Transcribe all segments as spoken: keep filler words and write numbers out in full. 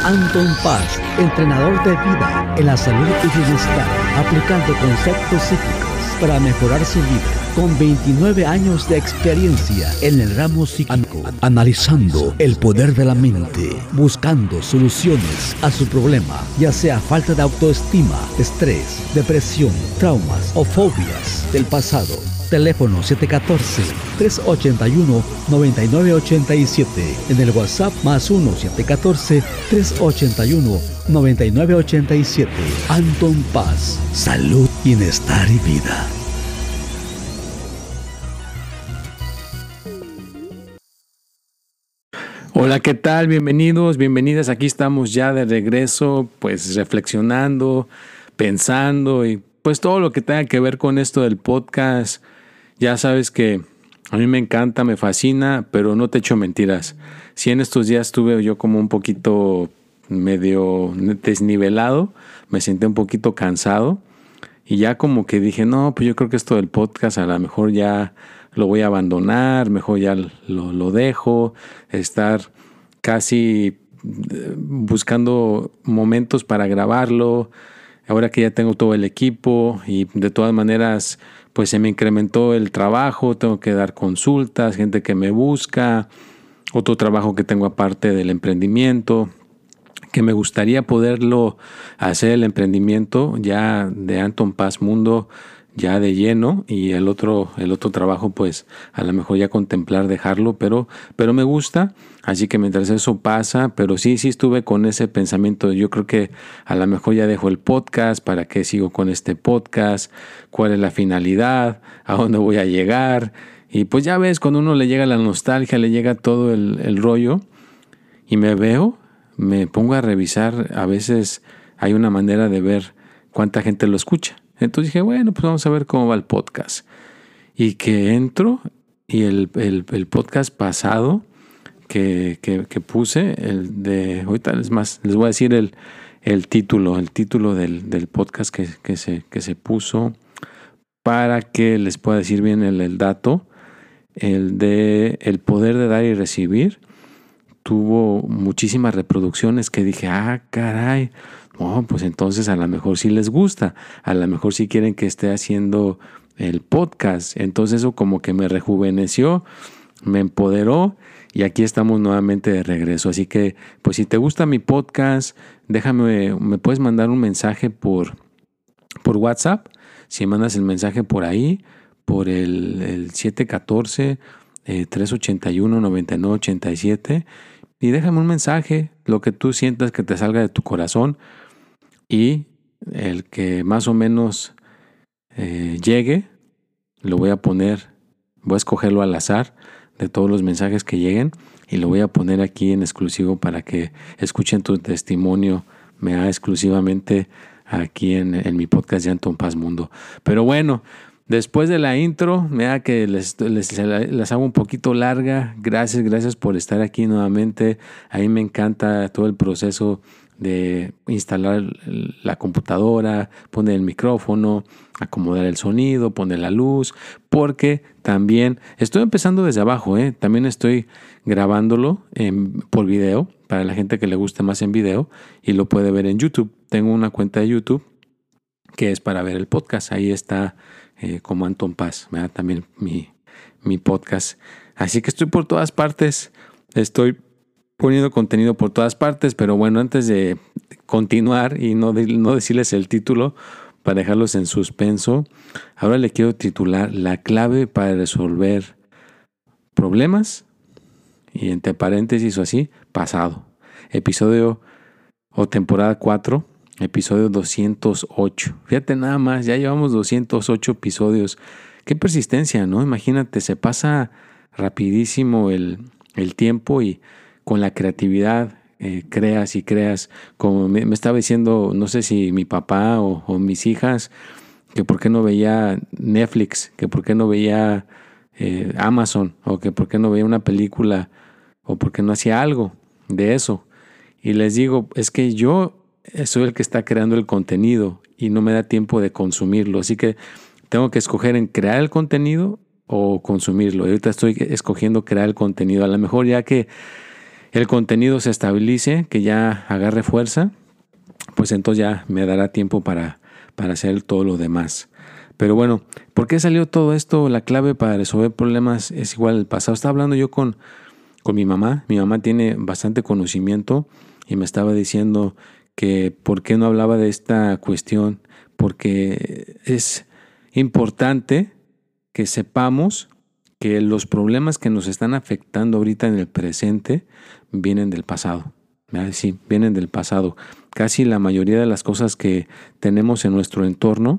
Anton Paz, entrenador de vida en la salud y bienestar, aplicando conceptos psíquicos para mejorar su vida. Con veintinueve años de experiencia en el ramo psíquico, analizando el poder de la mente, buscando soluciones a su problema, ya sea falta de autoestima, estrés, depresión, traumas o fobias del pasado. Teléfono siete uno cuatro, tres ocho uno, nueve nueve ocho siete. En el WhatsApp más uno siete uno cuatro, tres ocho uno, nueve nueve ocho siete. Anton Paz, salud, bienestar y vida. Hola, ¿qué tal? Bienvenidos, bienvenidas. Aquí estamos ya de regreso, pues reflexionando, pensando y pues todo lo que tenga que ver con esto del podcast. Ya sabes que a mí me encanta, me fascina, pero no te echo mentiras. Sí, en estos días estuve yo como un poquito medio desnivelado, me sentí un poquito cansado y ya como que dije, no, pues yo creo que esto del podcast a lo mejor ya lo voy a abandonar, mejor ya lo, lo dejo, estar casi buscando momentos para grabarlo. Ahora que ya tengo todo el equipo y de todas maneras pues se me incrementó el trabajo, tengo que dar consultas, gente que me busca, otro trabajo que tengo aparte del emprendimiento, que me gustaría poderlo hacer el emprendimiento ya de Anton Paz Mundo ya de lleno y el otro el otro trabajo pues a lo mejor ya contemplar dejarlo, pero pero me gusta, así que mientras eso pasa, pero sí sí estuve con ese pensamiento, yo creo que a lo mejor ya dejo el podcast, ¿para qué sigo con este podcast? ¿Cuál es la finalidad? ¿A dónde voy a llegar? Y pues ya ves, cuando uno le llega la nostalgia, le llega todo el, el rollo y me veo, me pongo a revisar, a veces hay una manera de ver cuánta gente lo escucha. Entonces dije, bueno, pues vamos a ver cómo va el podcast. Y que entro y el, el, el podcast pasado que, que, que puse, el de, ahorita es más, les voy a decir el, el título, el título del, del podcast que, que, se, que se puso para que les pueda decir bien el, el dato, el de el poder de dar y recibir. Tuvo muchísimas reproducciones que dije, ah, caray, oh, pues entonces a lo mejor sí les gusta, a lo mejor sí quieren que esté haciendo el podcast. Entonces eso como que me rejuveneció, me empoderó y aquí estamos nuevamente de regreso. Así que, pues si te gusta mi podcast, déjame, me puedes mandar un mensaje por, por WhatsApp. Si mandas el mensaje por ahí, por el, el siete uno cuatro, tres ocho uno, nueve nueve ocho siete. Y déjame un mensaje, lo que tú sientas que te salga de tu corazón y el que más o menos eh, llegue, lo voy a poner, voy a escogerlo al azar de todos los mensajes que lleguen y lo voy a poner aquí en exclusivo para que escuchen tu testimonio, me da exclusivamente aquí en, en mi podcast de Anton Paz Mundo. Pero bueno, después de la intro, mira que les, les, les hago un poquito larga. Gracias, gracias por estar aquí nuevamente. A mí me encanta todo el proceso de instalar la computadora, poner el micrófono, acomodar el sonido, poner la luz, porque también estoy empezando desde abajo, ¿eh? También estoy grabándolo en, por video, para la gente que le guste más en video y lo puede ver en YouTube. Tengo una cuenta de YouTube que es para ver el podcast. Ahí está eh, como Anton Paz, ¿verdad? También mi, mi podcast. Así que estoy por todas partes. Estoy poniendo contenido por todas partes. Pero bueno, antes de continuar y no, de, no decirles el título para dejarlos en suspenso, ahora le quiero titular La clave para resolver problemas y entre paréntesis o así, pasado. Episodio o temporada cuatro. Episodio doscientos ocho. Fíjate nada más, ya llevamos doscientos ocho episodios. Qué persistencia, ¿no? Imagínate, se pasa rapidísimo el, el tiempo y con la creatividad eh, creas y creas. Como me, me estaba diciendo, no sé si mi papá o, o mis hijas, que por qué no veía Netflix, que por qué no veía eh, Amazon, o que por qué no veía una película, o por qué no hacía algo de eso. Y les digo, es que yo soy el que está creando el contenido y no me da tiempo de consumirlo. Así que tengo que escoger en crear el contenido o consumirlo. Y ahorita estoy escogiendo crear el contenido. A lo mejor ya que el contenido se estabilice, que ya agarre fuerza, pues entonces ya me dará tiempo para, para hacer todo lo demás. Pero bueno, ¿por qué salió todo esto? La clave para resolver problemas es igual el pasado. Estaba hablando yo con, con mi mamá. Mi mamá tiene bastante conocimiento y me estaba diciendo que por qué no hablaba de esta cuestión, porque es importante que sepamos que los problemas que nos están afectando ahorita en el presente vienen del pasado. Sí, vienen del pasado. Casi la mayoría de las cosas que tenemos en nuestro entorno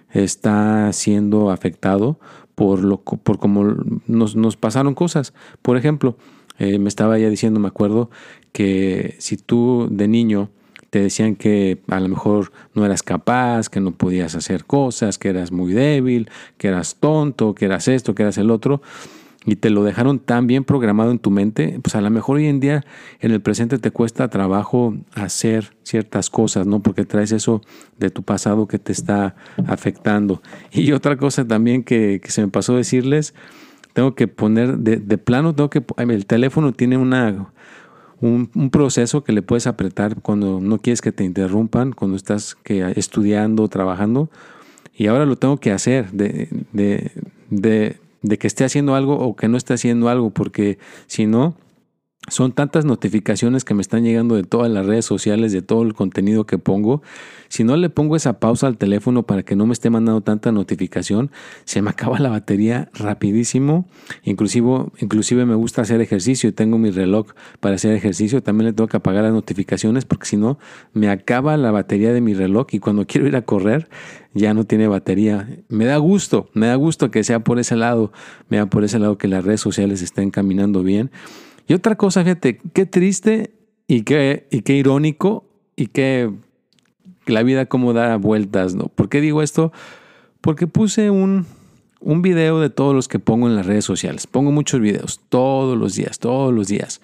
está siendo afectado por lo por cómo nos, nos pasaron cosas. Por ejemplo, eh, me estaba ya diciendo, me acuerdo, que si tú de niño te decían que a lo mejor no eras capaz, que no podías hacer cosas, que eras muy débil, que eras tonto, que eras esto, que eras el otro, y te lo dejaron tan bien programado en tu mente, pues a lo mejor hoy en día en el presente te cuesta trabajo hacer ciertas cosas, ¿no? Porque traes eso de tu pasado que te está afectando. Y otra cosa también que, que se me pasó decirles, tengo que poner de, de plano, tengo que el teléfono tiene una un, un proceso que le puedes apretar cuando no quieres que te interrumpan, cuando estás que, estudiando, trabajando, y ahora lo tengo que hacer de, de, de de que esté haciendo algo o que no esté haciendo algo, porque si no, son tantas notificaciones que me están llegando de todas las redes sociales, de todo el contenido que pongo. Si no le pongo esa pausa al teléfono para que no me esté mandando tanta notificación, se me acaba la batería rapidísimo. Inclusive, inclusive me gusta hacer ejercicio y tengo mi reloj para hacer ejercicio. También le tengo que apagar las notificaciones porque si no, me acaba la batería de mi reloj y cuando quiero ir a correr ya no tiene batería. Me da gusto, me da gusto que sea por ese lado, me da por ese lado que las redes sociales estén caminando bien. Y otra cosa, fíjate, qué triste y qué, y qué irónico y qué la vida cómo da vueltas, ¿no? ¿Por qué digo esto? Porque puse un, un video de todos los que pongo en las redes sociales. Pongo muchos videos, todos los días, todos los días.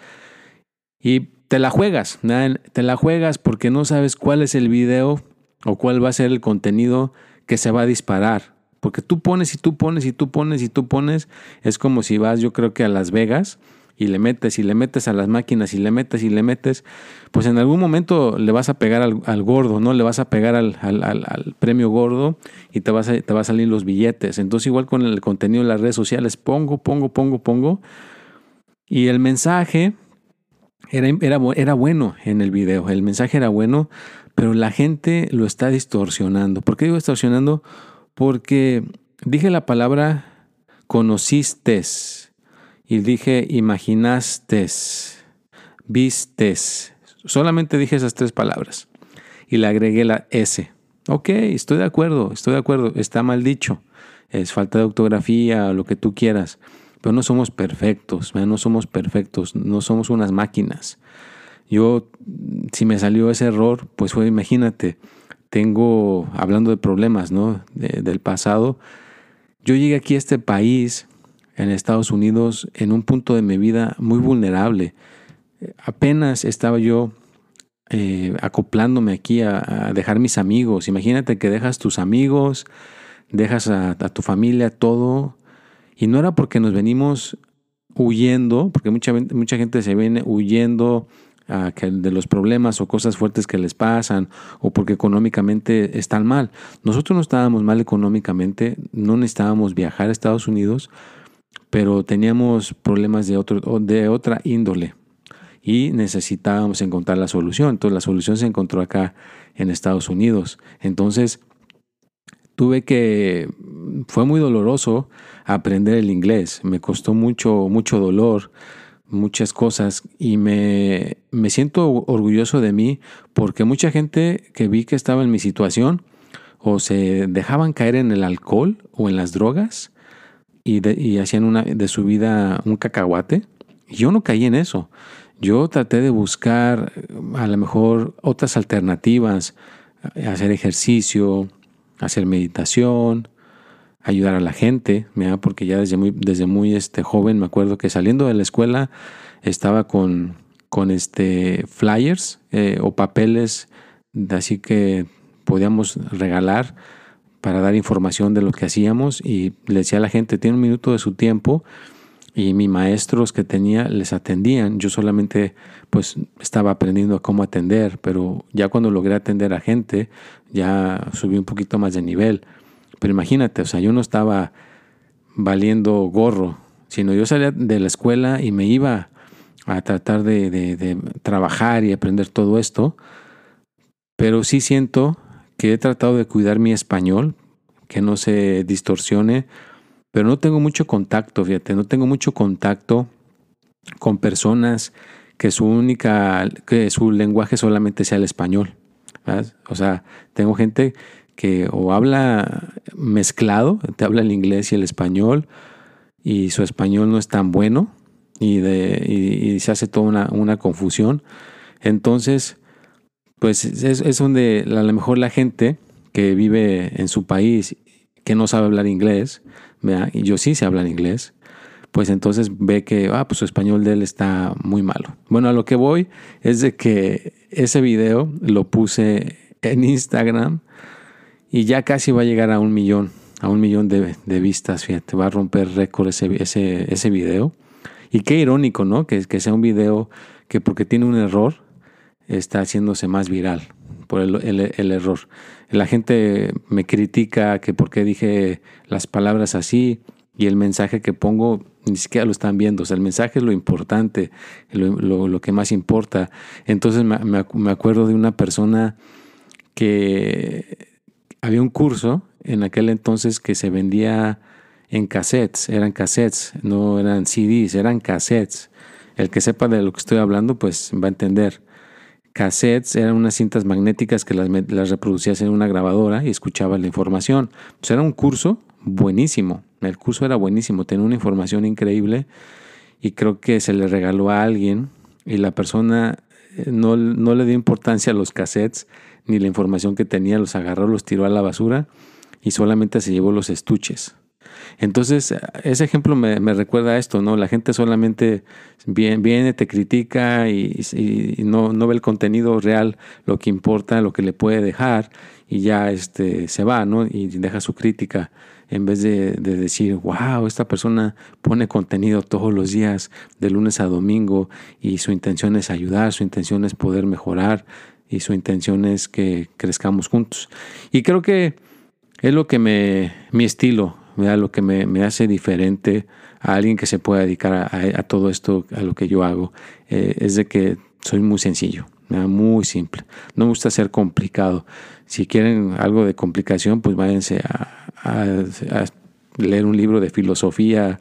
Y te la juegas, ¿no? Te la juegas porque no sabes cuál es el video o cuál va a ser el contenido que se va a disparar. Porque tú pones y tú pones y tú pones y tú pones. Es como si vas, yo creo que a Las Vegas, y le metes y le metes a las máquinas y le metes y le metes, pues en algún momento le vas a pegar al, al gordo, ¿no? Le vas a pegar al, al, al, al premio gordo y te, vas a, te va a salir los billetes. Entonces igual con el contenido de las redes sociales, pongo, pongo, pongo, pongo. Y el mensaje era, era, era bueno en el video, el mensaje era bueno, pero la gente lo está distorsionando. ¿Por qué digo distorsionando? Porque dije la palabra conociste. Y dije, imaginaste, vistes. Solamente dije esas tres palabras. Y le agregué la S. Ok, estoy de acuerdo, estoy de acuerdo. Está mal dicho. Es falta de ortografía, lo que tú quieras. Pero no somos perfectos, ¿verdad? No somos perfectos, no somos unas máquinas. Yo, si me salió ese error, pues fue, imagínate, tengo, hablando de problemas, ¿no? De, del pasado. Yo llegué aquí a este país, en Estados Unidos, en un punto de mi vida muy vulnerable. Apenas estaba yo eh, acoplándome aquí a, a dejar mis amigos. Imagínate que dejas tus amigos, dejas a, a tu familia, todo. Y no era porque nos venimos huyendo, porque mucha, mucha gente se viene huyendo uh, que de los problemas o cosas fuertes que les pasan, o porque económicamente están mal. Nosotros no estábamos mal económicamente, no necesitábamos viajar a Estados Unidos, pero teníamos problemas de, otro, de otra índole y necesitábamos encontrar la solución. Entonces la solución se encontró acá en Estados Unidos. Entonces tuve que, fue muy doloroso aprender el inglés. Me costó mucho, mucho dolor, muchas cosas, y me, me siento orgulloso de mí porque mucha gente que vi que estaba en mi situación o se dejaban caer en el alcohol o en las drogas, Y, de, y hacían una, de su vida un cacahuate. Yo no caí en eso. Yo traté de buscar a lo mejor otras alternativas, hacer ejercicio, hacer meditación, ayudar a la gente, ¿verdad? Porque ya desde muy, desde muy este, joven me acuerdo que saliendo de la escuela estaba con, con este flyers eh, o papeles, así que podíamos regalar para dar información de lo que hacíamos, y le decía a la gente, tiene un minuto de su tiempo y mis maestros que tenía les atendían. Yo solamente pues estaba aprendiendo a cómo atender, pero ya cuando logré atender a gente, ya subí un poquito más de nivel. Pero imagínate, o sea, yo no estaba valiendo gorro, sino yo salía de la escuela y me iba a tratar de, de, de trabajar y aprender todo esto. Pero sí siento que he tratado de cuidar mi español, que no se distorsione, pero no tengo mucho contacto, fíjate, no tengo mucho contacto con personas que su única, que su lenguaje solamente sea el español, ¿verdad? O sea, tengo gente que o habla mezclado, te habla el inglés y el español, y su español no es tan bueno, y, de, y, y se hace toda una, una confusión. Entonces, pues es, es donde a lo mejor la gente que vive en su país, que no sabe hablar inglés, ¿verdad? Y yo sí sé hablar inglés, pues entonces ve que ah, pues su español de él está muy malo. Bueno, a lo que voy es de que ese video lo puse en Instagram y ya casi va a llegar a un millón, a un millón de, de vistas, fíjate, va a romper récord ese, ese, ese video. Y qué irónico, ¿no? Que, que sea un video que porque tiene un error está haciéndose más viral por el, el, el error. La gente me critica que por qué dije las palabras así y el mensaje que pongo ni siquiera lo están viendo. O sea, el mensaje es lo importante, lo, lo, lo que más importa. Entonces me, me, me acuerdo de una persona que había un curso en aquel entonces que se vendía en cassettes, eran cassettes, no eran C Ds, eran cassettes. El que sepa de lo que estoy hablando, pues va a entender. Cassettes eran unas cintas magnéticas que las, las reproducías en una grabadora y escuchabas la información. Entonces era un curso buenísimo. El curso era buenísimo, tenía una información increíble y creo que se le regaló a alguien y la persona no, no le dio importancia a los cassettes ni la información que tenía, los agarró, los tiró a la basura y solamente se llevó los estuches. Entonces, ese ejemplo me, me recuerda a esto, ¿no? La gente solamente viene, viene te critica y, y, y no, no ve el contenido real, lo que importa, lo que le puede dejar y ya este, se va, ¿no? Y deja su crítica en vez de, de decir, wow, esta persona pone contenido todos los días, de lunes a domingo y su intención es ayudar, su intención es poder mejorar y su intención es que crezcamos juntos. Y creo que es lo que me, mi estilo, ¿verdad? Lo que me, me hace diferente a alguien que se pueda dedicar a, a, a todo esto, a lo que yo hago, eh, es de que soy muy sencillo, ¿verdad? Muy simple. No me gusta ser complicado. Si quieren algo de complicación, pues váyanse a, a, a leer un libro de filosofía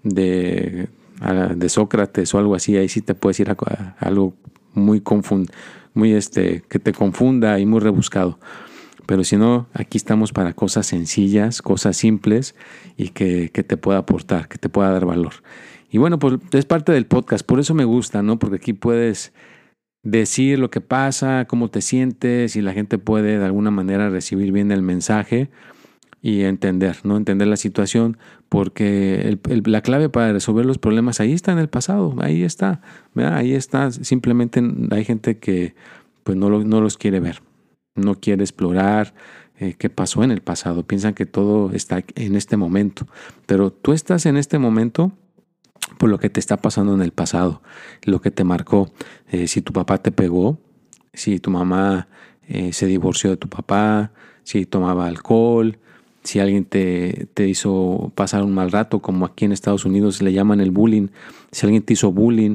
de, a, de Sócrates o algo así. Ahí sí te puedes ir a, a algo muy confund, muy este, que te confunda y muy rebuscado. Pero si no, aquí estamos para cosas sencillas, cosas simples y que, que te pueda aportar, que te pueda dar valor. Y bueno, pues es parte del podcast, por eso me gusta, ¿no? Porque aquí puedes decir lo que pasa, cómo te sientes y la gente puede de alguna manera recibir bien el mensaje y entender, ¿no? Entender la situación, porque el, el, la clave para resolver los problemas ahí está en el pasado, ahí está, ¿verdad? Ahí está. Simplemente hay gente que pues no, lo, no los quiere ver. No quiere explorar eh, qué pasó en el pasado. Piensan que todo está en este momento. Pero tú estás en este momento por lo que te está pasando en el pasado, lo que te marcó. Eh, si tu papá te pegó, si tu mamá eh, se divorció de tu papá, si tomaba alcohol, si alguien te, te hizo pasar un mal rato, como aquí en Estados Unidos le llaman el bullying. Si alguien te hizo bullying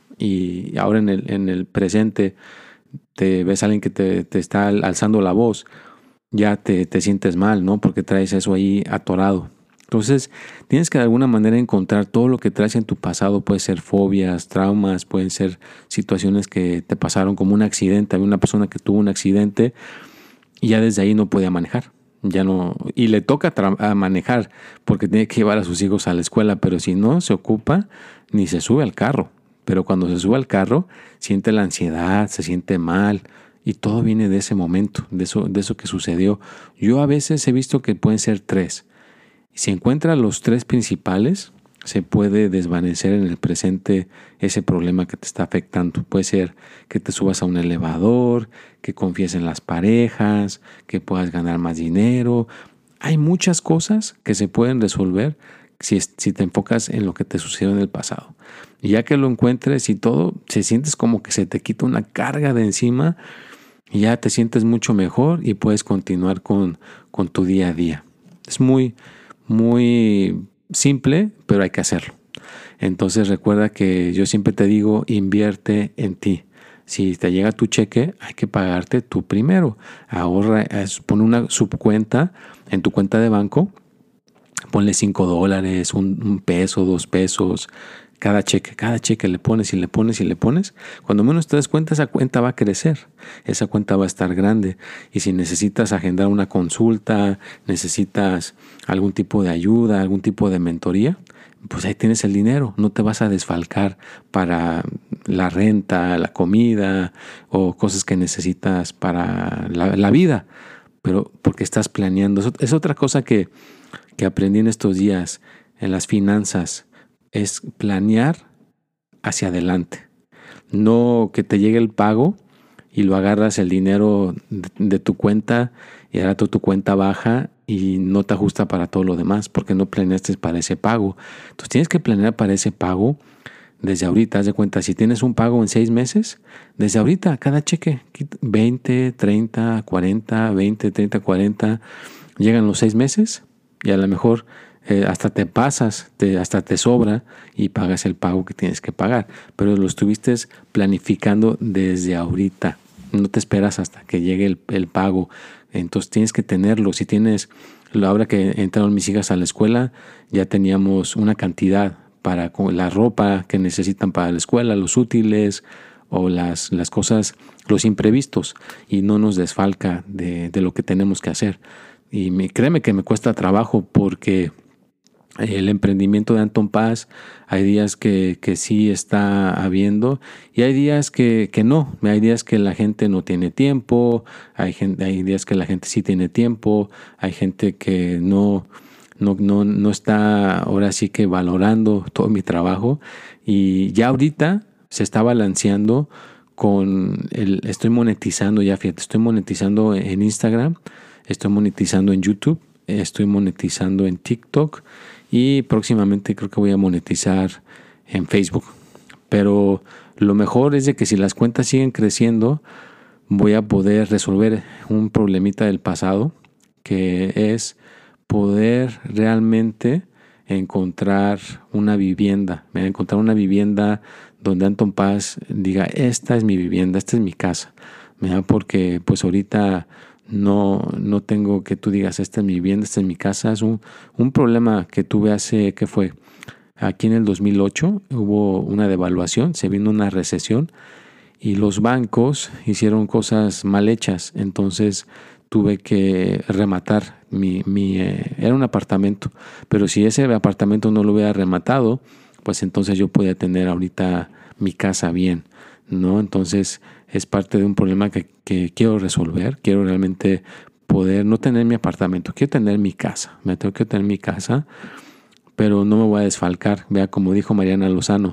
y ahora en el, en el presente te ves a alguien que te, te está alzando la voz, ya te, te sientes mal, ¿no? Porque traes eso ahí atorado. Entonces, tienes que de alguna manera encontrar todo lo que traes en tu pasado. Puede ser fobias, traumas, pueden ser situaciones que te pasaron como un accidente. Había una persona que tuvo un accidente y ya desde ahí no podía manejar. Ya no, y le toca tra- a manejar porque tiene que llevar a sus hijos a la escuela, pero si no se ocupa, ni se sube al carro. Pero cuando se sube al carro, siente la ansiedad, se siente mal y todo viene de ese momento, de eso, de eso que sucedió. Yo a veces he visto que pueden ser tres. Si encuentra los tres principales, se puede desvanecer en el presente ese problema que te está afectando. Puede ser que te subas a un elevador, que confíes en las parejas, que puedas ganar más dinero. Hay muchas cosas que se pueden resolver si, si te enfocas en lo que te sucedió en el pasado. Y ya que lo encuentres y todo, se sientes como que se te quita una carga de encima y ya te sientes mucho mejor y puedes continuar con, con tu día a día. Es muy, muy simple, pero hay que hacerlo. Entonces recuerda que yo siempre te digo, invierte en ti. Si te llega tu cheque, hay que pagarte tú primero. Ahorra, pon una subcuenta en tu cuenta de banco. Ponle cinco dólares, un, un peso, dos pesos, cada cheque. Cada cheque le pones y le pones y le pones. Cuando menos te das cuenta, esa cuenta va a crecer. Esa cuenta va a estar grande. Y si necesitas agendar una consulta, necesitas algún tipo de ayuda, algún tipo de mentoría, pues ahí tienes el dinero. No te vas a desfalcar para la renta, la comida o cosas que necesitas para la, la vida, pero porque estás planeando. Es otra cosa que, que aprendí en estos días en las finanzas, es planear hacia adelante. No que te llegue el pago y lo agarras el dinero de, de tu cuenta y ahora tu, tu cuenta baja y no te ajusta para todo lo demás porque no planeaste para ese pago. Entonces tienes que planear para ese pago desde ahorita. Haz de cuenta, si tienes un pago en seis meses, desde ahorita, cada cheque, veinte, treinta, cuarenta, veinte, treinta, cuarenta, llegan los seis meses y a lo mejor eh, hasta te pasas, te, hasta te sobra y pagas el pago que tienes que pagar. Pero lo estuviste planificando desde ahorita. No te esperas hasta que llegue el, el pago. Entonces tienes que tenerlo. Si tienes, ahora que entraron mis hijas a la escuela, ya teníamos una cantidad para la ropa que necesitan para la escuela, los útiles o las, las cosas, los imprevistos, y no nos desfalca de, de lo que tenemos que hacer. Y me, créeme que me cuesta trabajo porque el emprendimiento de Anton Paz, hay días que, que sí está habiendo y hay días que, que no. Hay días que la gente no tiene tiempo, hay, gente, hay días que la gente sí tiene tiempo, hay gente que no, no, no, no está ahora sí que valorando todo mi trabajo. Y ya ahorita se está balanceando con el, estoy monetizando ya, fíjate, estoy monetizando en Instagram, estoy monetizando en YouTube, estoy monetizando en TikTok. Y próximamente creo que voy a monetizar en Facebook. Pero lo mejor es de que si las cuentas siguen creciendo, voy a poder resolver un problemita del pasado, que es poder realmente encontrar una vivienda. Encontrar una vivienda donde Anton Paz diga, esta es mi vivienda, esta es mi casa. Porque pues ahorita No, no tengo que tú digas, esta es mi vivienda, esta es mi casa. Es un, un problema que tuve hace, ¿qué fue? Aquí en el dos mil ocho hubo una devaluación, se vino una recesión y los bancos hicieron cosas mal hechas. Entonces tuve que rematar mi, mi eh, era un apartamento, pero si ese apartamento no lo hubiera rematado, pues entonces yo podía tener ahorita mi casa bien, ¿no? Entonces es parte de un problema que, que quiero resolver. Quiero realmente poder no tener mi apartamento, quiero tener mi casa. Me tengo que tener mi casa, pero no me voy a desfalcar. Vea, como dijo Mariana Lozano,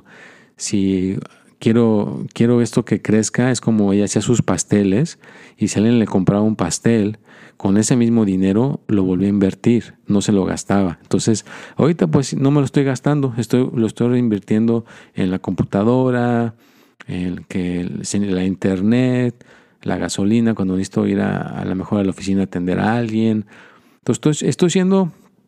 si quiero, quiero esto que crezca, es como ella hacía sus pasteles y si alguien le compraba un pastel, con ese mismo dinero lo volvía a invertir, no se lo gastaba. Entonces, ahorita pues no me lo estoy gastando, estoy, lo estoy reinvirtiendo en la computadora, el que la internet, la gasolina, cuando necesito ir a, a lo mejor a la oficina a atender a alguien. Entonces estoy, estoy siendo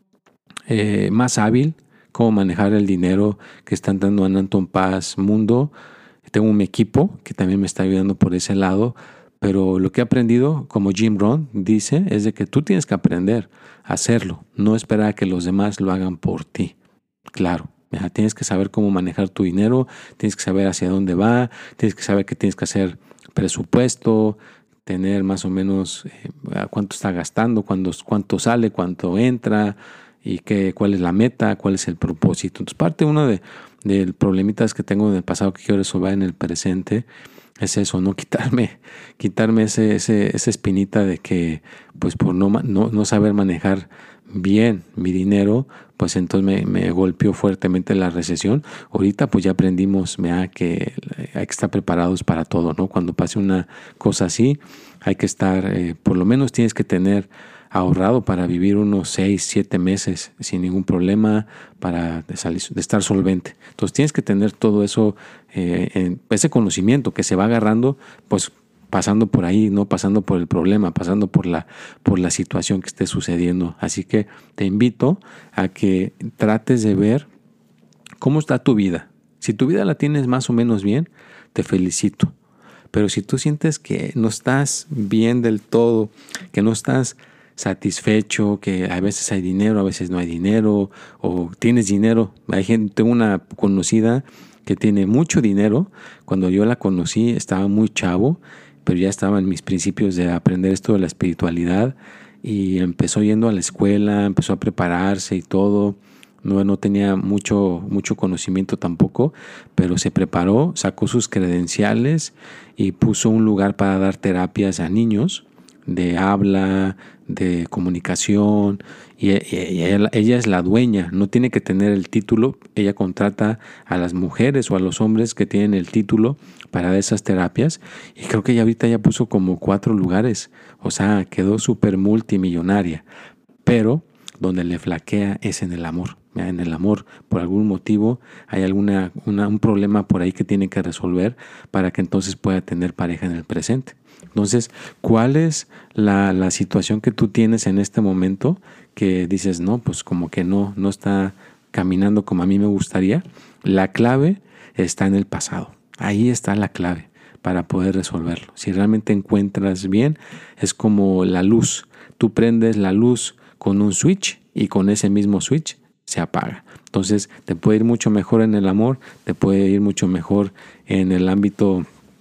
eh, más hábil cómo manejar el dinero que están dando en Anton Paz Mundo. Tengo un equipo que también me está ayudando por ese lado, pero lo que he aprendido, como Jim Rohn dice, es de que tú tienes que aprender a hacerlo, no esperar a que los demás lo hagan por ti. Claro. Tienes que saber cómo manejar tu dinero, tienes que saber hacia dónde va, tienes que saber que tienes que hacer presupuesto, tener más o menos eh, cuánto está gastando, cuánto, cuánto sale, cuánto entra y qué, cuál es la meta, cuál es el propósito. Entonces parte uno de, de problemitas que tengo en el pasado que quiero resolver en el presente es eso, no quitarme, quitarme ese, ese, esa espinita de que pues por no, no, no saber manejar bien mi dinero, pues entonces me, me golpeó fuertemente la recesión. Ahorita pues ya aprendimos ¿verdad? que hay que estar preparados para todo, ¿no? Cuando pase una cosa así, hay que estar, eh, por lo menos tienes que tener ahorrado para vivir unos seis, siete meses sin ningún problema, para de, salir, de estar solvente. Entonces tienes que tener todo eso, eh, en, ese conocimiento que se va agarrando, pues pasando por ahí, no pasando por el problema, pasando por la, por la situación que esté sucediendo. Así que te invito a que trates de ver cómo está tu vida. Si tu vida la tienes más o menos bien, te felicito. Pero si tú sientes que no estás bien del todo, que no estás satisfecho, que a veces hay dinero, a veces no hay dinero, o tienes dinero. Hay gente, tengo una conocida que tiene mucho dinero. Cuando yo la conocí estaba muy chavo, pero ya estaba en mis principios de aprender esto de la espiritualidad y empezó yendo a la escuela, empezó a prepararse y todo. No, no tenía mucho, mucho conocimiento tampoco, pero se preparó, sacó sus credenciales y puso un lugar para dar terapias a niños de habla, de comunicación, y, y, y ella, ella es la dueña, no tiene que tener el título. Ella contrata a las mujeres o a los hombres que tienen el título para esas terapias, y creo que ella ahorita ya puso como cuatro lugares, o sea, quedó súper multimillonaria, pero donde le flaquea es en el amor. En el amor, por algún motivo, hay alguna una, un problema por ahí que tiene que resolver para que entonces pueda tener pareja en el presente. Entonces, ¿cuál es la, la situación que tú tienes en este momento que dices, no, pues como que no, no está caminando como a mí me gustaría? La clave está en el pasado. Ahí está la clave para poder resolverlo. Si realmente encuentras bien, es como la luz. Tú prendes la luz con un switch y con ese mismo switch se apaga. Entonces te puede ir mucho mejor en el amor, te puede ir mucho mejor en el ámbito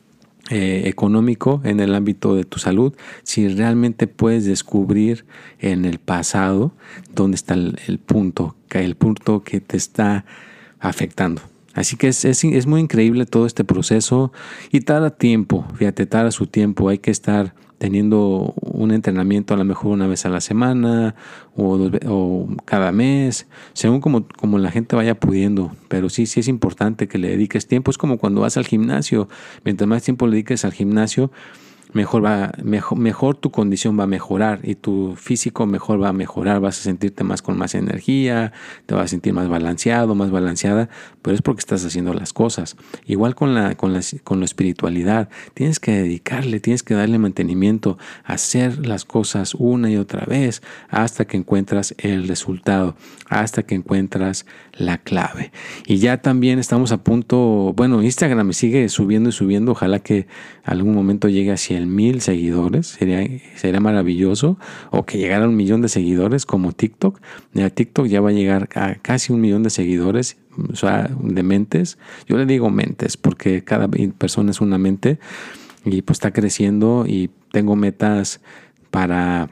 eh, económico, en el ámbito de tu salud, si realmente puedes descubrir en el pasado dónde está el, el punto, el punto que te está afectando. Así que es, es, es muy increíble todo este proceso y tarda tiempo, fíjate, tarda su tiempo. Hay que estar teniendo un entrenamiento a lo mejor una vez a la semana o, dos, o cada mes, según como, como la gente vaya pudiendo. Pero sí, sí es importante que le dediques tiempo. Es como cuando vas al gimnasio. Mientras más tiempo le dediques al gimnasio, mejor va, mejor, mejor tu condición va a mejorar y tu físico mejor va a mejorar. Vas a sentirte más con más energía, te vas a sentir más balanceado, más balanceada, pero es porque estás haciendo las cosas. Igual con la, con la, con la espiritualidad, tienes que dedicarle, tienes que darle mantenimiento, hacer las cosas una y otra vez hasta que encuentras el resultado, hasta que encuentras la clave. Y ya también estamos a punto, bueno, Instagram me sigue subiendo y subiendo, ojalá que algún momento llegue hacia el mil seguidores, sería, sería maravilloso, o que llegara a un millón de seguidores como TikTok. Ya TikTok ya va a llegar a casi un millón de seguidores, o sea, de mentes. Yo le digo mentes porque cada persona es una mente y pues está creciendo y tengo metas para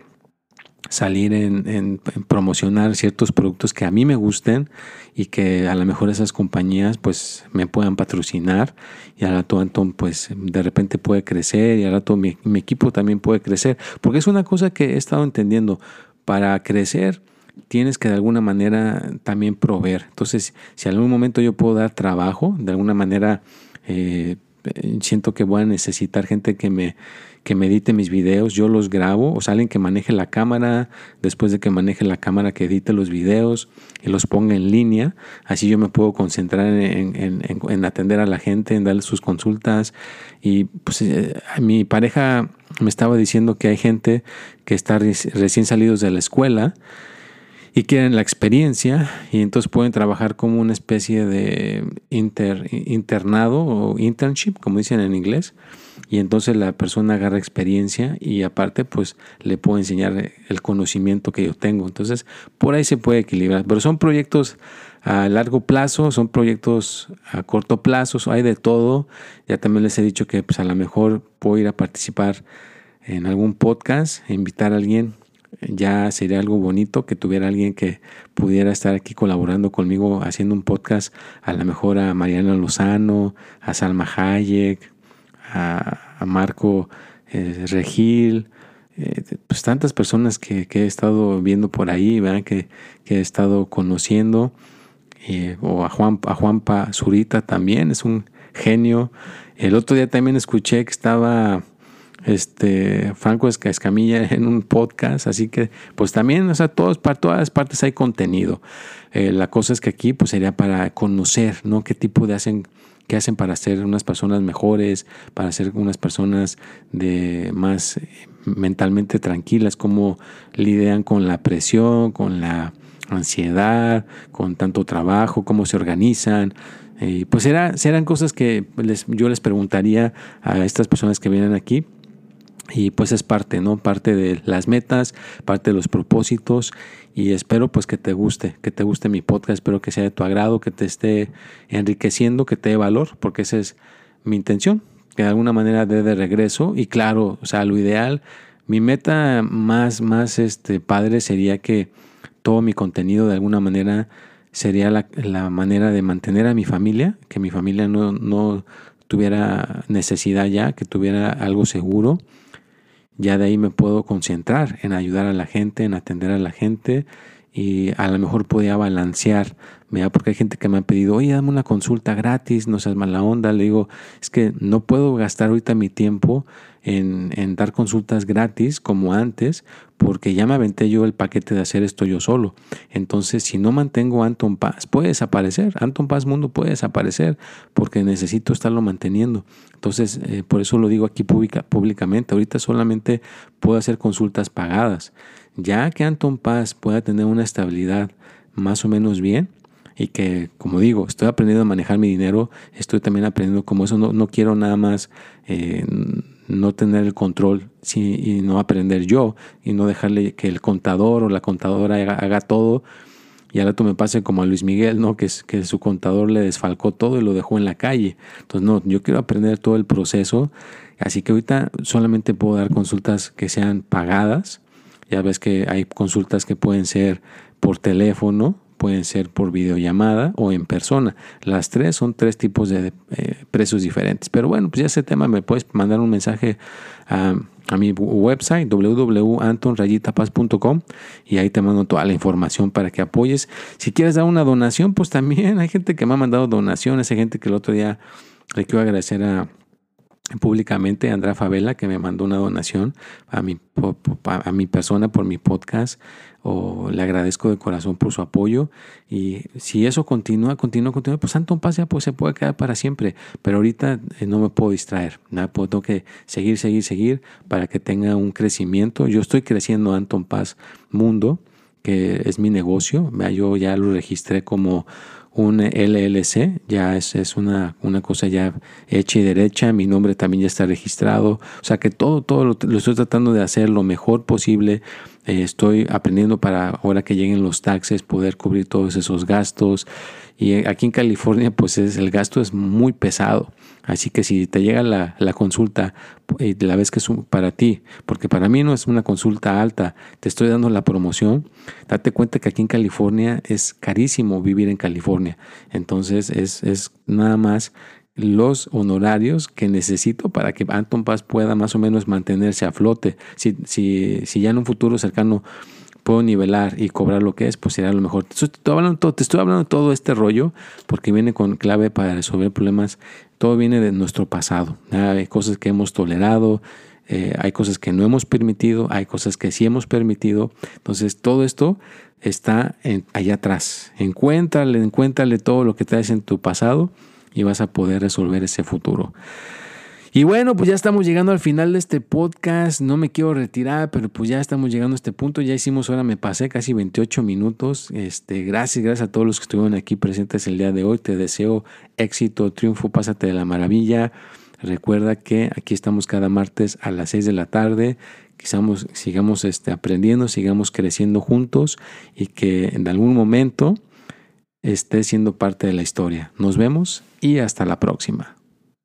salir en, en, en promocionar ciertos productos que a mí me gusten y que a lo mejor esas compañías pues me puedan patrocinar y al rato pues de repente puede crecer y al rato mi, mi equipo también puede crecer, porque es una cosa que he estado entendiendo. Para crecer tienes que de alguna manera también proveer. Entonces, si en algún momento yo puedo dar trabajo, de alguna manera eh, siento que voy a necesitar gente que me que me edite mis videos, yo los grabo, o sea, alguien que maneje la cámara, después de que maneje la cámara, que edite los videos y los ponga en línea. Así yo me puedo concentrar en, en, en, en atender a la gente, en darle sus consultas. Y pues eh, mi pareja me estaba diciendo que hay gente que está recién salidos de la escuela y quieren la experiencia y entonces pueden trabajar como una especie de inter, internado o internship, como dicen en inglés, y entonces la persona agarra experiencia y aparte pues le puedo enseñar el conocimiento que yo tengo. Entonces por ahí se puede equilibrar, pero son proyectos a largo plazo, son proyectos a corto plazo, hay de todo. Ya también les he dicho que pues a lo mejor puedo ir a participar en algún podcast e invitar a alguien. Ya sería algo bonito que tuviera alguien que pudiera estar aquí colaborando conmigo haciendo un podcast, a lo mejor a Mariana Lozano, a Salma Hayek, a, a Marco eh, Regil, eh, pues tantas personas que, que he estado viendo por ahí, ¿verdad? Que, que he estado conociendo, eh, o a Juan, a Juanpa Zurita también, es un genio. El otro día también escuché que estaba... Este, este Franco Escamilla en un podcast, así que pues también, o sea, todos, para todas partes hay contenido. Eh, la cosa es que aquí pues sería para conocer, ¿no? Qué tipo de hacen, qué hacen para ser unas personas mejores, para ser unas personas de más mentalmente tranquilas, cómo lidian con la presión, con la ansiedad, con tanto trabajo, cómo se organizan. Eh, pues era, serán cosas que les, yo les preguntaría a estas personas que vienen aquí. Y pues es parte, ¿no? Parte de las metas, parte de los propósitos, y espero pues que te guste, que te guste mi podcast, espero que sea de tu agrado, que te esté enriqueciendo, que te dé valor, porque esa es mi intención, que de alguna manera dé de regreso. Y claro, o sea, lo ideal, mi meta más, más este, padre sería que todo mi contenido de alguna manera sería la, la manera de mantener a mi familia, que mi familia no, no tuviera necesidad ya, que tuviera algo seguro. Ya de ahí me puedo concentrar en ayudar a la gente, en atender a la gente, y a lo mejor podía balancear, ¿verdad? Porque hay gente que me ha pedido, oye, dame una consulta gratis, no seas mala onda. Le digo, es que no puedo gastar ahorita mi tiempo en, en dar consultas gratis como antes, porque ya me aventé yo el paquete de hacer esto yo solo. Entonces, si no mantengo Anton Paz, puede desaparecer. Anton Paz Mundo puede desaparecer porque necesito estarlo manteniendo. Entonces, eh, por eso lo digo aquí pública, públicamente. Ahorita solamente puedo hacer consultas pagadas. Ya que Anton Paz pueda tener una estabilidad más o menos bien, y que, como digo, estoy aprendiendo a manejar mi dinero, estoy también aprendiendo como eso, no, no quiero nada más eh, no tener el control sí, y no aprender yo, y no dejarle que el contador o la contadora haga, haga todo, y al rato me pase como a Luis Miguel, ¿no? Que, es, que su contador le desfalcó todo y lo dejó en la calle. Entonces, no, yo quiero aprender todo el proceso, así que ahorita solamente puedo dar consultas que sean pagadas. Ya ves que hay consultas que pueden ser por teléfono, pueden ser por videollamada o en persona. Las tres son tres tipos de eh, precios diferentes. Pero bueno, pues ya ese tema me puedes mandar un mensaje a, a mi website w w w punto anton rayita paz punto com, y ahí te mando toda la información para que apoyes. Si quieres dar una donación, pues también hay gente que me ha mandado donaciones. Hay gente que el otro día le quiero agradecer a públicamente a Andrea Favela, que me mandó una donación a mi, a mi persona por mi podcast, o le agradezco de corazón por su apoyo. Y si eso continúa, continúa, continúa, pues Anton Paz ya pues, se puede quedar para siempre, pero ahorita eh, no me puedo distraer, ¿no? Pues, tengo que seguir, seguir, seguir para que tenga un crecimiento. Yo estoy creciendo Anton Paz Mundo, que es mi negocio. Yo ya lo registré como un L L C, ya es, es una, una cosa ya hecha y derecha. Mi nombre también ya está registrado. O sea que todo, todo lo, lo estoy tratando de hacer lo mejor posible. Eh, estoy aprendiendo para ahora que lleguen los taxes poder cubrir todos esos gastos. Y aquí en California pues es, el gasto es muy pesado. Así que si te llega la, la consulta y la ves que es un, para ti, porque para mí no es una consulta alta, te estoy dando la promoción, date cuenta que aquí en California es carísimo vivir en California. Entonces es, es nada más los honorarios que necesito para que Anton Paz pueda más o menos mantenerse a flote. Si, si, si ya en un futuro cercano puedo nivelar y cobrar lo que es, pues será lo mejor. Te estoy hablando, todo, te estoy hablando de todo este rollo porque viene con clave para resolver problemas. Todo viene de nuestro pasado. Hay cosas que hemos tolerado, eh, hay cosas que no hemos permitido, hay cosas que sí hemos permitido. Entonces todo esto está en, allá atrás. Encuéntrale, encuéntrale todo lo que traes en tu pasado y vas a poder resolver ese futuro. Y bueno, pues ya estamos llegando al final de este podcast. No me quiero retirar, pero pues ya estamos llegando a este punto. Ya hicimos, ahora me pasé casi veintiocho minutos. Este, gracias, gracias a todos los que estuvieron aquí presentes el día de hoy. Te deseo éxito, triunfo, pásate de la maravilla. Recuerda que aquí estamos cada martes a las seis de la tarde. Quizás sigamos este, aprendiendo, sigamos creciendo juntos y que en algún momento estés siendo parte de la historia. Nos vemos y hasta la próxima.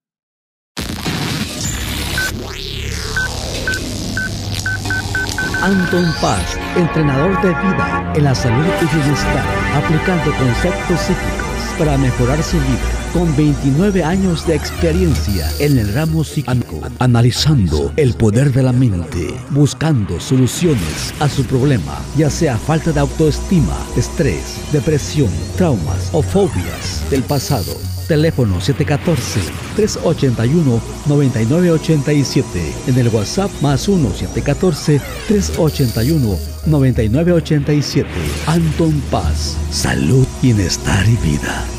Anton Paz, entrenador de vida en la salud y bienestar, aplicando conceptos psíquicos para mejorar su vida, con veintinueve años de experiencia en el ramo psíquico, analizando el poder de la mente, buscando soluciones a su problema, ya sea falta de autoestima, estrés, depresión, traumas o fobias del pasado. Teléfono siete uno cuatro, tres ocho uno, nueve nueve ocho siete. En el WhatsApp más uno siete uno cuatro, tres ocho uno, nueve nueve ocho siete. Anton Paz. Salud, bienestar y vida.